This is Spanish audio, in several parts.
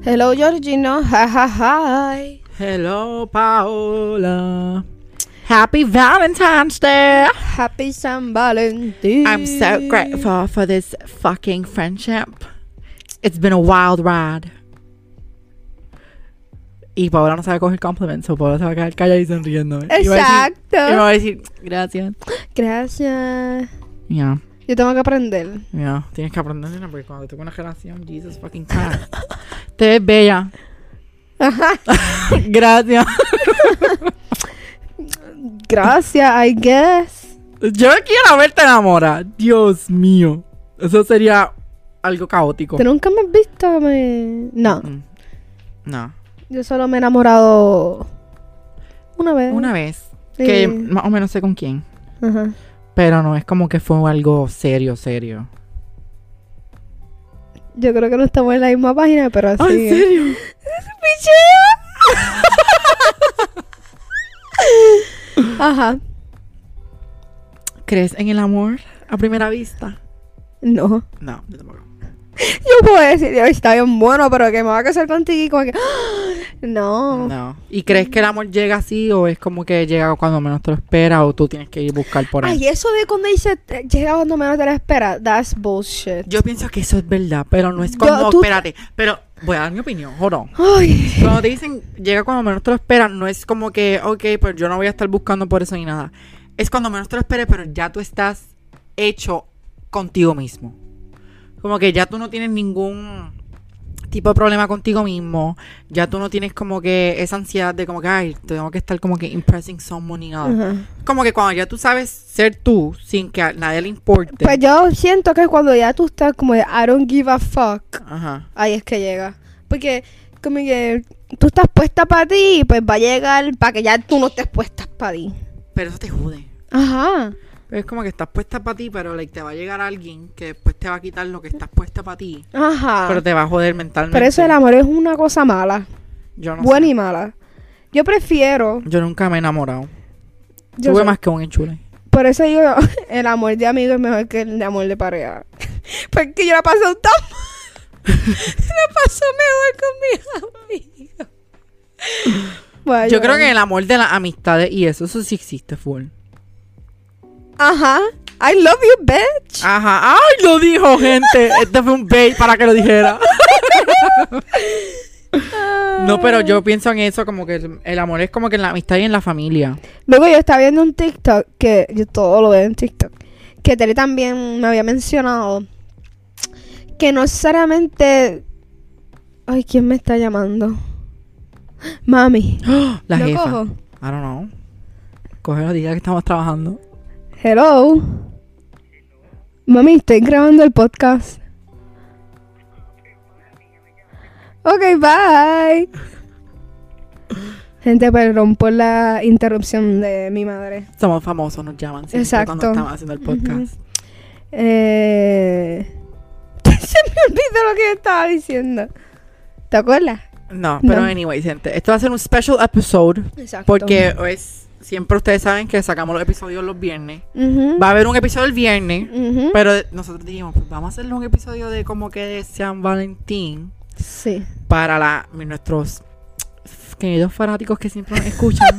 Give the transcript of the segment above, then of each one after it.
Hello, Georgino. Hi, hi, hi. Hello, Paola. Happy Valentine's Day. Happy San Valentín. I'm so grateful for this fucking friendship. It's been a wild ride. Y Paola no sabe coger compliments, o Paola se va a quedar callada y sonriéndome. Exacto. Y me va a decir, gracias. Gracias. Ya, Yo tengo que aprender. ya. Tienes que aprender, nena, porque cuando tengo una relación, Jesus fucking Christ. Te ves bella. Ajá. Gracias. Gracias, I guess. Yo quiero verte enamorada. Dios mío. Eso sería algo caótico. ¿Tú nunca me has visto? No. No. Yo solo me he enamorado una vez. Una vez. Sí. Que más o menos sé con quién. Ajá. Pero no es como que fue algo serio. Yo creo que no estamos en la misma página, pero así. ¿En serio? Ajá. ¿Crees en el amor a primera vista? No. No, yo tampoco. Yo puedo decir, "Ay, está bien bueno, pero que me va a casar contigo y como que... No. No. ¿Y crees que el amor llega así o es como que llega cuando menos te lo esperas o tú tienes que ir a buscar por él? Ay, eso de cuando dice llega cuando menos te lo esperas, that's bullshit. Yo pienso que eso es verdad, pero no es como... Espérate, pero voy a dar mi opinión, hold on. Ay. Cuando te dicen llega cuando menos te lo esperas, no es como que, ok, pues yo no voy a estar buscando por eso ni nada. Es cuando menos te lo esperes, pero ya tú estás hecho contigo mismo. Como que ya tú no tienes ningún tipo de problema contigo mismo. Ya tú no tienes como que esa ansiedad de como que, ay, tengo que estar como que impressing someone ni nada. Ajá. Como que cuando ya tú sabes ser tú sin que a nadie le importe. Pues yo siento que cuando ya tú estás como de I don't give a fuck, Ajá. ahí es que llega. Porque como que tú estás puesta para ti, pues va a llegar para que ya tú no estés puesta para ti. Pero eso te jode. Ajá. Es como que estás puesta para ti, pero like, te va a llegar alguien que después te va a quitar lo que estás puesta para ti. Ajá. Pero te va a joder mentalmente. Pero eso el amor es una cosa mala. Yo no Buena sé. y mala. Yo prefiero... Yo nunca me he enamorado. Yo Tuve sé- más que un enchule. Por eso digo, el amor de amigo es mejor que el de amor de pareja. Porque yo la paso tan... la paso mejor con mis amigos. Bueno, Yo creo que el amor de las amistades y eso sí existe full. Ajá. I love you, bitch. Ajá. ¡Ay, lo dijo, gente! Este fue un bait para que lo dijera. No, pero yo pienso en eso como que el amor es como que en la amistad y en la familia. Luego yo estaba viendo un TikTok, que yo todo lo veo en TikTok, que Tere también me había mencionado, que no necesariamente... Ay, ¿quién me está llamando? Mami. La ¿Lo jefa. cojo? I don't know. Cógelo, diga que estamos trabajando. Hello. Mami, estoy grabando el podcast. Ok, bye. Gente, perdón por la interrupción de mi madre. Somos famosos, nos llaman siempre Exacto. cuando estamos haciendo el podcast. Se me olvidó lo que yo estaba diciendo. ¿Te acuerdas? No, pero No. anyway, gente, esto va a ser un special episode Exacto. porque siempre ustedes saben que sacamos los episodios los viernes. Ujú. Va a haber un episodio el viernes, Ujú. pero nosotros dijimos, pues vamos a hacerle un episodio de como que de San Valentín Sí. para nuestros queridos fanáticos que siempre nos escuchan.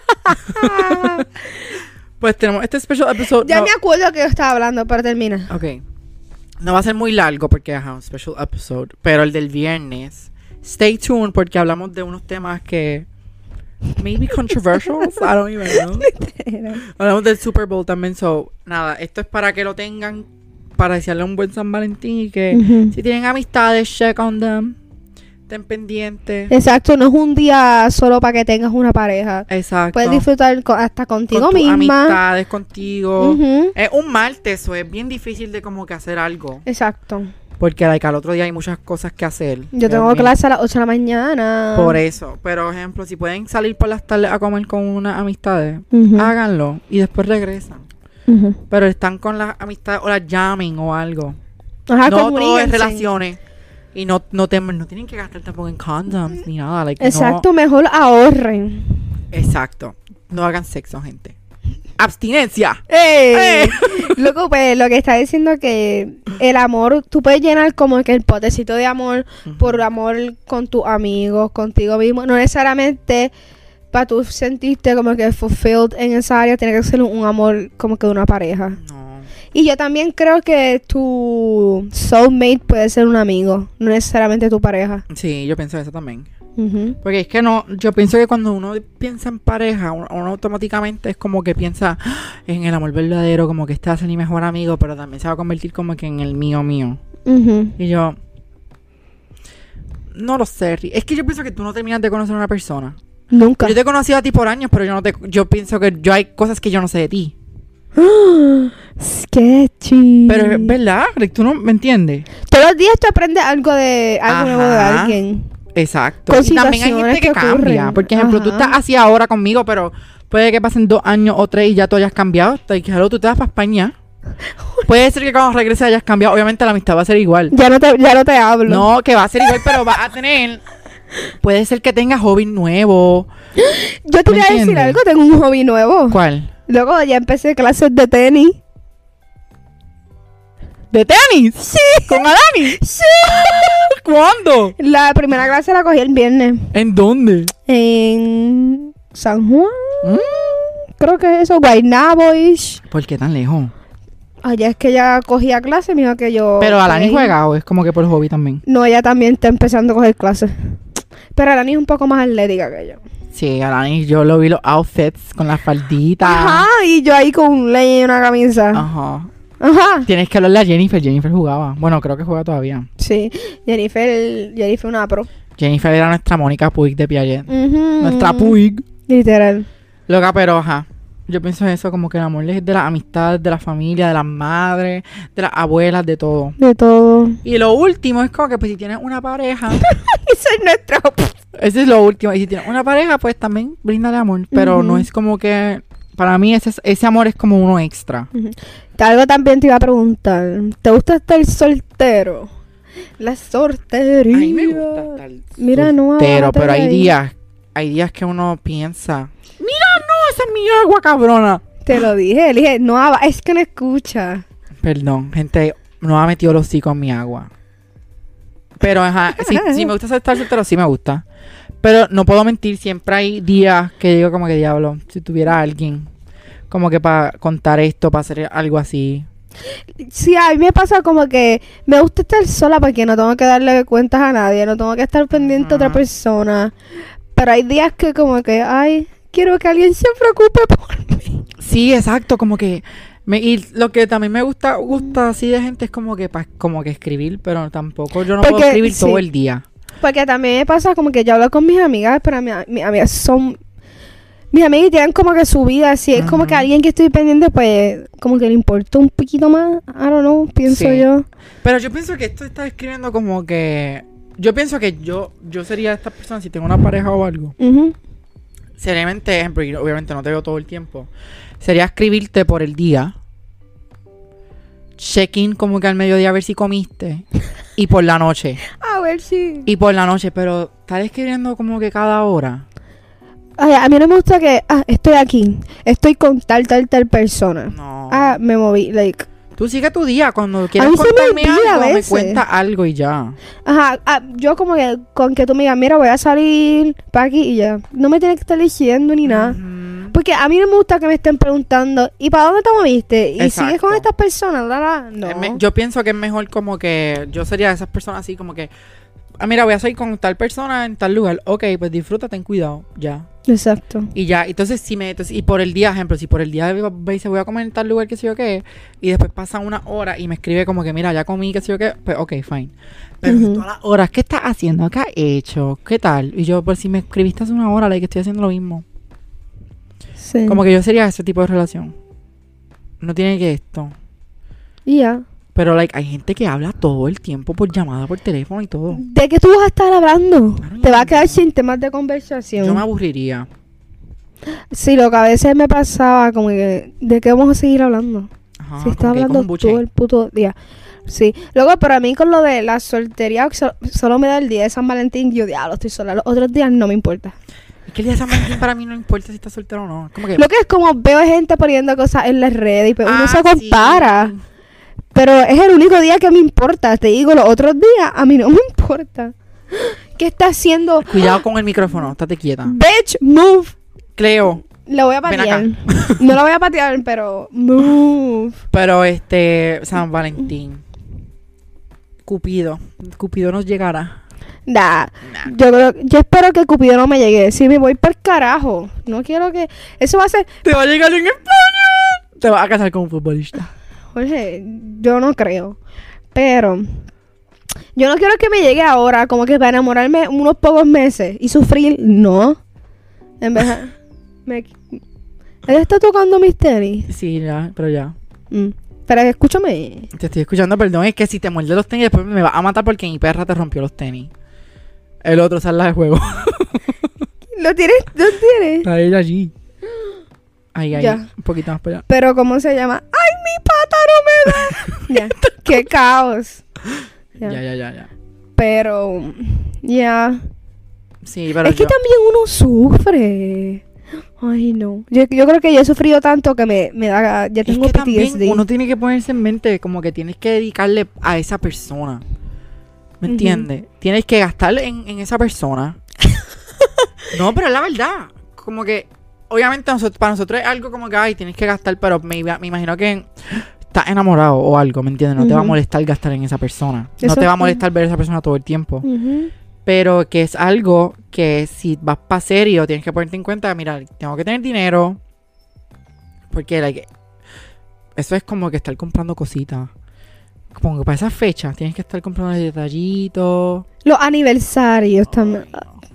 Pues tenemos este special episode. Ya no, me acuerdo que yo estaba hablando, pero termina. Ok. No va a ser muy largo porque es un special episode, pero el del viernes, stay tuned porque hablamos de unos temas que maybe controversial, I don't even know. Hablamos del Super Bowl también, so nada, esto es para que lo tengan, para desearle un buen San Valentín y que Ujú. si tienen amistades, check on them, estén pendientes. Exacto, no es un día solo para que tengas una pareja. Exacto. Puedes disfrutar hasta contigo con tus misma. amistades, contigo. Ujú. Es un martes, so es bien difícil de como que hacer algo, Exacto. porque like, al otro día hay muchas cosas que hacer. Yo tengo realmente. clase a las 8 de la mañana. Por eso, pero ejemplo, si pueden salir por las tardes a comer con unas amistades, Ujú. háganlo y después regresan. Ujú. Pero están con las amistades o las llamen o algo. Ajá, No todo es comuníquense. relaciones. Y no tienen que gastar tampoco en condoms ni nada. Like, Exacto, no- mejor ahorren. exacto. No hagan sexo, gente. abstinencia. ¡Ey! Loco, pues lo que está diciendo que el amor, tú puedes llenar como que el potecito de amor por amor con tus amigos, contigo mismo. No necesariamente para tú sentirte como que fulfilled en esa área, tiene que ser un amor como que de una pareja. No. Y yo también creo que tu soulmate puede ser un amigo, no necesariamente tu pareja. Sí, yo pienso eso también. Ujú. Porque es que no, yo pienso que cuando uno piensa en pareja, uno automáticamente es como que piensa en el amor verdadero, como que este va a ser mi mejor amigo, pero también se va a convertir como que en el mío. Ujú. Y yo, no lo sé, es que yo pienso que tú no terminas de conocer a una persona. Nunca. Yo te he conocido a ti por años, pero yo pienso que yo hay cosas que yo no sé de ti. Sketchy. Pero es verdad, Rick, tú no me entiendes. Todos los días te aprendes algo de algo nuevo de Ajá. alguien. Exacto. Con Y también hay situaciones gente que que cambia. ocurren. Por ejemplo, tú Ajá. estás así ahora conmigo, pero puede que pasen 2 años o 3 y ya tú hayas cambiado. Claro, tú te vas para España. Puede ser que cuando regreses hayas cambiado. Obviamente la amistad va a ser igual. Ya no te hablo. No, que va a ser igual, pero va a tener... Puede ser que tengas hobby nuevo. Yo te ¿Me voy a decir entiendes? algo, tengo un hobby nuevo. ¿Cuál? Luego ya empecé clases de tenis. ¿De tenis? Sí. ¿Con Adani? Sí. ¿Cuándo? La primera clase la cogí el viernes ¿En dónde? en San Juan. ¿Mm? Creo que es eso, Guaynabo-ish. ¿Por qué tan lejos? Allá es que ella cogía clases, me dijo que yo... Pero Alani ahí. juega o es como que por hobby también. No, ella también está empezando a coger clases. Pero Alani es un poco más atlética que yo. Sí, Alani, yo lo vi los outfits con las falditas. Ajá, y yo ahí con un legging y una camisa. Ajá. Ajá. Tienes que hablarle a Jennifer. Jennifer jugaba. Bueno, creo que juega todavía. Sí, Jennifer una pro. Jennifer era nuestra Mónica Puig de Piaget. Ujú. Nuestra Puig. Literal. Loca, pero ajá. Yo pienso eso, como que el amor es de las amistades, de la familia, de las madres, de las abuelas, de todo. De todo. Y lo último es como que pues si tienes una pareja, Ese es nuestro... ese es lo último. Y si tienes una pareja, pues también bríndale amor. Pero Ujú. no es como que, para mí ese amor es como uno extra. Algo también te iba a preguntar. ¿Te gusta estar soltero? La soltería. A mí me gusta estar Mira, no, soltero, abárate pero de ahí. hay días que uno piensa, mira, no, esa es mi agua, cabrona. Te lo dije, le dije, no, es que no escucha. Perdón, gente, no ha metido los hocicos en mi agua. Pero, ajá, si me gusta estar soltero, sí me gusta. Pero no puedo mentir, siempre hay días que digo como que diablo, si tuviera alguien como que para contar esto, para hacer algo así. Sí, a mí me pasa como que me gusta estar sola porque no tengo que darle cuentas a nadie, no tengo que estar pendiente a otra Ajá. persona. Pero hay días que como que, ay, quiero que alguien se preocupe por mí. Sí, exacto, como que y lo que también me gusta así de gente es como que como que escribir, pero tampoco yo no puedo Porque, escribir sí. todo el día. Porque también me pasa como que yo hablo con mis amigas, pero mis amigas son... Mis amigas tienen como que su vida, si es como Ujú. que alguien que estoy pendiente, pues como que le importa un poquito más, I don't know, pienso Sí. yo. Pero yo pienso que esto está escribiendo como que yo pienso que yo sería esta persona si tengo una pareja o algo. Ujú. Seriamente, ejemplo, y obviamente no te veo todo el tiempo. Sería escribirte por el día. Check-in como que al mediodía a ver si comiste. Y por la noche. A ver si... Y por la noche, pero estar escribiendo como que cada hora. Ay, a mí no me gusta que, estoy aquí, estoy con tal persona. No. Me moví, like... Tú sigue tu día. Cuando quieras mí se me contarme olvida a algo, me veces. cuenta algo y ya. Ajá, yo como que con que tú me digas, mira, voy a salir para aquí y ya. No me tienes que estar diciendo ni nada. Ujú. Porque a mí no me gusta que me estén preguntando, ¿y para dónde te moviste? ¿Y Exacto. sigues con estas personas? No. Yo pienso que es mejor como que yo sería de esas personas así como que mira, voy a salir con tal persona en tal lugar. Ok, pues disfruta, ten cuidado, ya. Exacto. Y ya, entonces y por el día, ejemplo, si por el día dice voy a comer en tal lugar, qué sé yo qué, y después pasa una hora y me escribe como que mira, ya comí, qué sé yo qué, pues ok, fine. Pero Ujú. todas las horas, ¿qué estás haciendo? ¿Qué has hecho? ¿Qué tal? Y yo, pues si me escribiste hace una hora, que estoy haciendo lo mismo. Sí. Como que yo sería ese tipo de relación. No tiene que esto. Y ya. Pero, hay gente que habla todo el tiempo por llamada, por teléfono y todo. ¿De qué tú vas a estar hablando? Claro, Te ya vas a quedar no. sin temas de conversación. Yo me aburriría. Sí, lo que a veces me pasaba, como que, ¿de qué vamos a seguir hablando? Ajá, Si como está que hay como hablando un buche. todo el puto día. Sí. Luego, para mí con lo de la soltería, solo me da el día de San Valentín, yo diablo, estoy sola. Los otros días no me importa. Es que el día de San Valentín para mí no importa si estás soltero o no. Como que... Lo que es como veo gente poniendo cosas en las redes y pues uno se sí. compara. Pero es el único día que me importa. Te digo, los otros días a mí no me importa. ¿Qué está haciendo? Cuidado con el micrófono, estate quieta. Bitch, move. Cleo. La voy a Ven patear. acá. No la voy a patear, pero move. Pero San Valentín. Cupido nos llegará. Nah. Nah. Yo espero que Cupido no me llegue. Si me voy para el carajo. No quiero que... Eso va a ser... Te va a llegar en España. Te vas a casar con un futbolista. Jorge, yo no creo. Pero... Yo no quiero que me llegue ahora, como que para enamorarme unos pocos meses y sufrir. No. En vez de... Él está tocando mis tenis. Sí, ya, pero ya. Pero escúchame. Te estoy escuchando, perdón. Es que si te muerde los tenis, después me vas a matar porque mi perra te rompió los tenis. El otro sala de juego. ¿Lo tienes? ¿Lo tienes? Está ella allí. Ahí, Ya. un poquito más para allá. Pero ¿cómo se llama? ¡Ay, mi pata no me da! Ya. ¡Qué caos! Ya. Pero... Ya. Sí, pero Es que también uno sufre. Ay, no. Yo creo que yo he sufrido tanto que me da... Ya es tengo que también PTSD. uno tiene que ponerse en mente como que tienes que dedicarle a esa persona. ¿Me Ujú. entiendes? Tienes que gastar en esa persona. No, pero es la verdad. Como que, obviamente para nosotros es algo como que, ay, tienes que gastar, pero me imagino que estás enamorado o algo, ¿me entiendes? No te va a Ujú. molestar gastar en esa persona. No Eso te va a sí. molestar ver a esa persona todo el tiempo. Ujú. Pero que es algo que si vas para serio, tienes que ponerte en cuenta, mira, tengo que tener dinero. Porque eso es como que estar comprando cositas. Como que para esas fechas tienes que estar comprando detallitos. Los aniversarios también.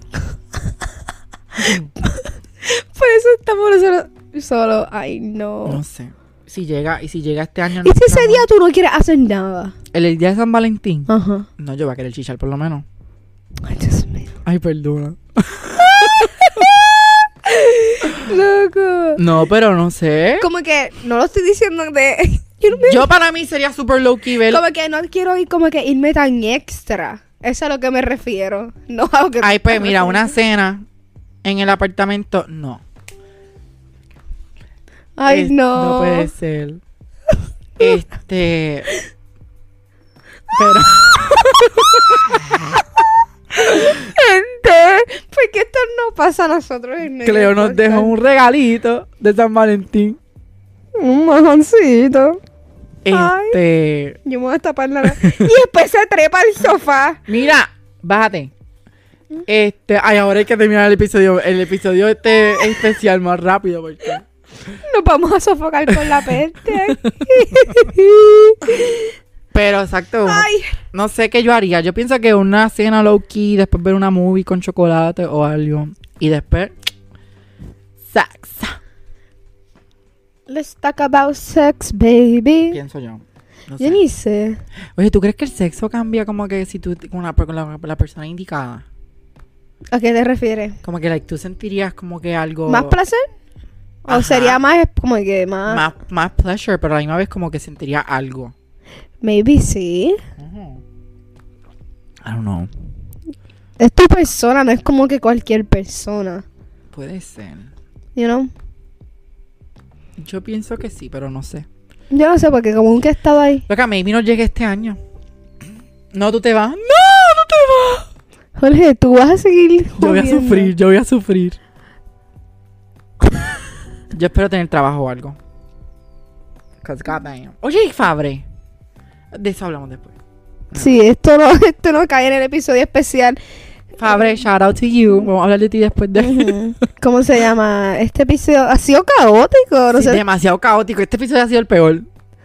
Por eso estamos nosotros solo. Ay, no. No sé. Si llega este año. ¿Y si ese día tú no quieres hacer nada? El día de San Valentín. Ajá. No, yo voy a querer chichar por lo menos. Ay, Dios mío. Ay, perdona. Loco. No, pero no sé. Como que no lo estoy diciendo de... Yo no me- Yo para mí sería super low key ver. Como que no quiero ir como que irme tan extra. Eso es a lo que me refiero. No a lo que... Ay, pues mira, una cena en el apartamento, no. Ay, no. No puede ser. Pero. Gente, ¿por qué esto no pasa a nosotros en el Cleo nos podcast? dejó un regalito de San Valentín. Un mojoncito. Yo me voy a tapar la... Y después se trepa al sofá. Mira, bájate. Ay, ahora hay que terminar el episodio especial más rápido porque. Nos vamos a sofocar con la peste. Pero exacto, Ay, no sé qué yo haría. Yo pienso que una cena low key, después ver una movie con chocolate o algo. Y después. Sex. let's talk about sex, baby. Pienso yo. No Yo sé. ni sé. Oye, ¿tú crees que el sexo cambia como que si tú con la persona indicada? ¿A qué te refieres? Como que tú sentirías como que algo. ¿Más placer? Ajá. ¿O sería más como que más... más pleasure, pero a la misma vez como que sentiría algo. Maybe sí. I don't know. Es tu persona, no es como que cualquier persona. Puede ser. You know? Yo pienso que sí, pero no sé. Yo no sé, porque como nunca he estado ahí. Loca, maybe no llegue este año. No, tú te vas. No te vas. Jorge, tú vas a seguir Yo voy a jodiendo. sufrir, yo voy a sufrir. Yo espero tener trabajo o algo. Cause goddamn. Oye, Fabre. De eso hablamos después. Sí, esto no cae en el episodio especial. Fabre, shout out to you. Vamos a hablar de ti después de. Ujú. ¿Cómo se llama? Este episodio ha sido caótico. No Sí, sé. demasiado caótico. Este episodio ha sido el peor.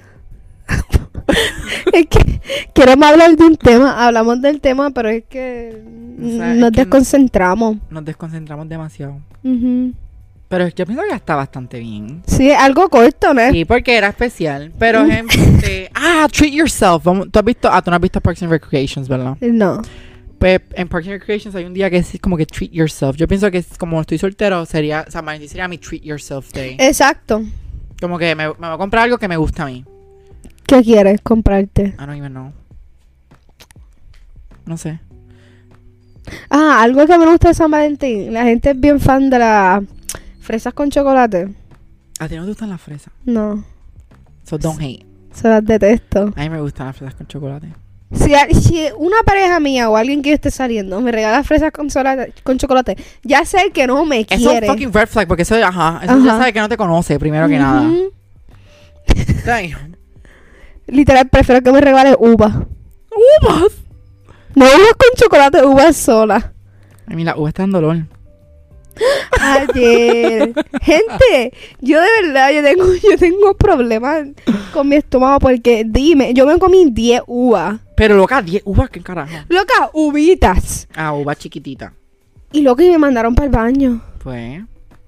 Es que queremos hablar de un tema. Hablamos del tema, pero es que O sea, nos es que desconcentramos. Nos desconcentramos demasiado. Ujú. Pero yo pienso que está bastante bien. Sí, algo corto, ¿no? Sí, porque era especial. Pero, gente. Treat yourself. ¿Tú has visto? Tú no has visto Parks and Recreations, ¿verdad? No. Pues en Parks and Recreations hay un día que es como que treat yourself. Yo pienso que como estoy soltero, San Valentín sería mi treat yourself day. Exacto. Como que me voy a comprar algo que me gusta a mí. ¿Qué quieres comprarte? I don't even know. No sé. Algo que me gusta de San Valentín. La gente es bien fan de las fresas con chocolate. ¿A ti no te gustan las fresas? No, So don't hate. se las detesto. A mí me gustan las fresas con chocolate. Si una pareja mía o alguien que yo esté saliendo me regala fresas con chocolate, ya sé que no me Eso es un quiere. fucking red flag, porque eso ya sabe que no te conoce, primero que nada. Ujú. Damn. Literal, prefiero que me regale uvas. ¡Uvas! No uvas con chocolate, uvas solas. Ay, mira, uva está en dolor. Ayer. Gente, yo de verdad, yo tengo problemas con mi estómago porque, dime, yo me comí 10 uvas. Pero loca, 10 uvas, ¿qué carajo? Loca, uvitas. Ah, uva chiquitita. Y loca, y me mandaron para el baño. Pues.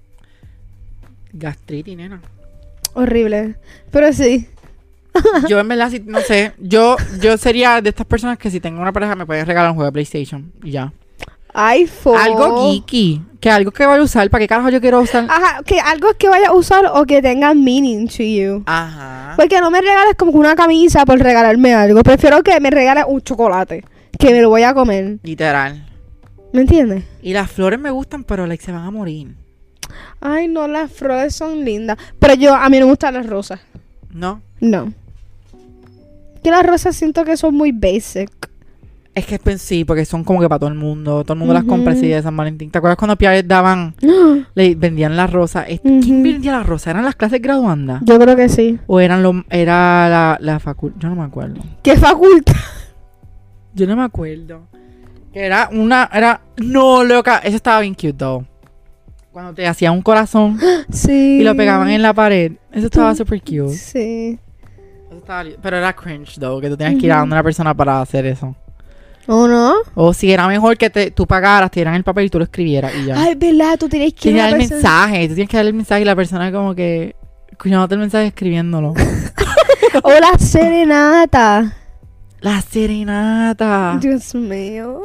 Gastritis, nena. Horrible. Pero sí. Yo en verdad, no sé. Yo sería de estas personas que si tengo una pareja me pueden regalar un juego de PlayStation. Y ya. iPhone. Algo geeky. Que algo que vaya a usar. ¿Para qué carajo yo quiero usar? Ajá, que algo que vaya a usar o que tenga meaning to you. Ajá. Porque no me regales como una camisa por regalarme algo. Prefiero que me regales un chocolate. Que me lo voy a comer. Literal. ¿Me entiendes? Y las flores me gustan, pero like, se van a morir. Ay, no, las flores son lindas. Pero a mí no me gustan las rosas. ¿No? No. Que las rosas siento que son muy basic. Es que sí, porque son como que para todo el mundo. Todo el mundo las Ujú. compra así de San Valentín. ¿Te acuerdas cuando Pierre daban, le vendían las rosas? ¿Quién Ujú. vendía las rosas? ¿Eran las clases graduandas? Yo creo que sí. ¿O era la facultad? Yo no me acuerdo. ¿Qué facultad? Yo no me acuerdo. Que no, loca. Eso estaba bien cute, though. Cuando te hacían un corazón Sí. y lo pegaban en la pared. Eso estaba super cute. Sí. Pero era cringe, though. Que tú tenías que ir a donde una persona para hacer eso. ¿O no? O si era mejor que tú pagaras, te dieran el papel y tú lo escribieras y ya. Ay, verdad, tú tienes que ir Tienes a el la persona- mensaje. Tú tienes que darle el mensaje y la persona como que escuchándote el mensaje escribiéndolo. O la serenata. La serenata. Dios mío.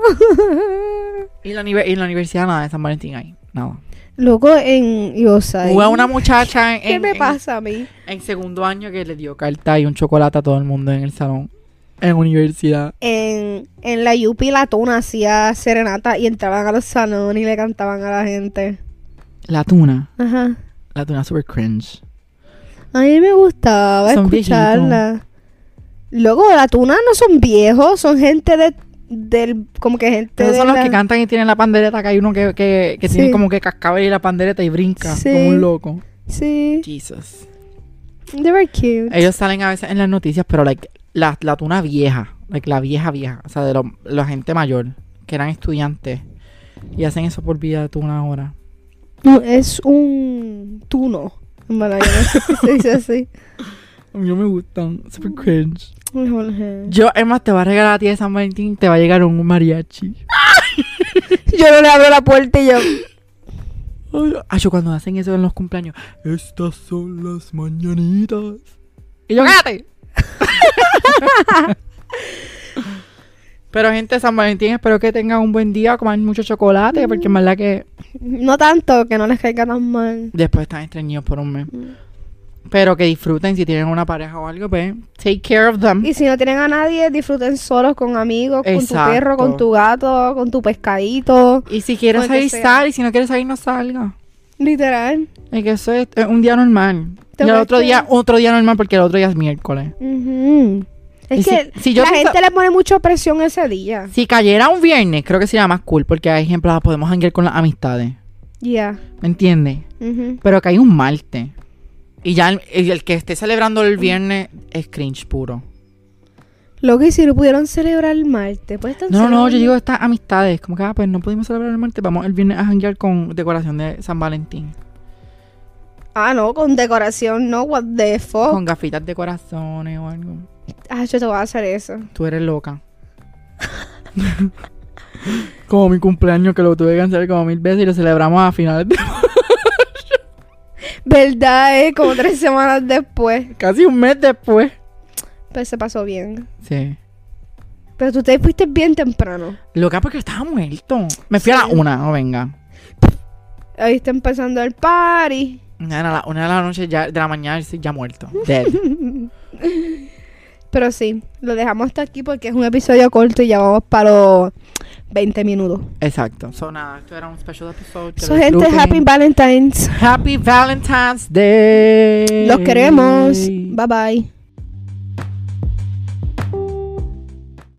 Y la universidad nada de San Valentín ahí. Nada. Loco, en Yosai. Hubo una muchacha ¿Qué me pasa a mí? en segundo año que le dio carta y un chocolate a todo el mundo en el salón. En universidad. En la Yupi la tuna hacía serenata y entraban a los salones y le cantaban a la gente. La tuna. Ajá. La tuna super cringe. A mí me gustaba Son escucharla. Luego, la tuna no son viejos, son gente del como que gente Esos de son los la- que cantan y tienen la pandereta, que hay uno que Sí. tiene como que cascabel y la pandereta y brinca Sí. como un loco. Sí, Jesus. they were cute. Ellos salen a veces en las noticias, pero like la tuna vieja, like la vieja, o sea, de la gente mayor, que eran estudiantes y hacen eso por vida de tuna ahora. No, es un tuno. En verdad, yo no sé si se dice así. A mí no me gustan, super cringe. Ay, Jorge. Yo, es más, te va a regalar a ti de San Valentín, te va a llegar un mariachi. Yo no le abro la puerta y yo... Ay, yo cuando hacen eso en los cumpleaños, estas son las mañanitas. Y yo, ¡cállate! Pero gente, San Valentín, espero que tengan un buen día, coman mucho chocolate, porque en verdad que No tanto, que no les caiga tan mal. después están estreñidos por un mes. Pero que disfruten, si tienen una pareja o algo, pues, take care of them. Y si no tienen a nadie, disfruten solos, con amigos, con tu Exacto. perro, con tu gato, con tu pescadito. Y si quieres Con el que salir, sea. sal, y si no quieres salir, no salga. Literal. Es que eso es un día normal. Te Y el ves otro que- día, otro día normal, porque el otro día es miércoles. Ujú. Es Y que si yo la pienso- gente le pone mucha presión ese día. Si cayera un viernes, creo que sería más cool, porque hay ejemplos, podemos hanguear con las amistades. Ya. ¿Me entiendes? Ujú. Pero que hay un martes. Y ya el que esté celebrando el viernes es cringe puro. Lo que si lo pudieron celebrar el martes, pues están No, yo celebrando- digo estas amistades. Como que, pues no pudimos celebrar el martes, vamos el viernes a hanguear con decoración de San Valentín. Ah, no, con decoración, no, what the fuck. Con gafitas de corazones o algo. Ah, yo te voy a hacer eso. Tú eres loca. Como mi cumpleaños, que lo tuve que cancelar como 1000 veces y lo celebramos a finales de... ¿Verdad, Como 3 semanas después. Casi un mes después. Pero se pasó bien. Sí. Pero tú te fuiste bien temprano. Loca porque estaba muerto. Me fui a Sí. la 1, no venga. Ahí está empezando el party. A la 1 de la noche, ya, de la mañana, sí, ya muerto. Dead. Pero sí, lo dejamos hasta aquí porque es un episodio corto y ya vamos para 20 minutos. Exacto. So, nada, esto era un special episode. que So, lo gente, disfruten. Happy Valentine's. Happy Valentine's Day. Los queremos. Bye bye.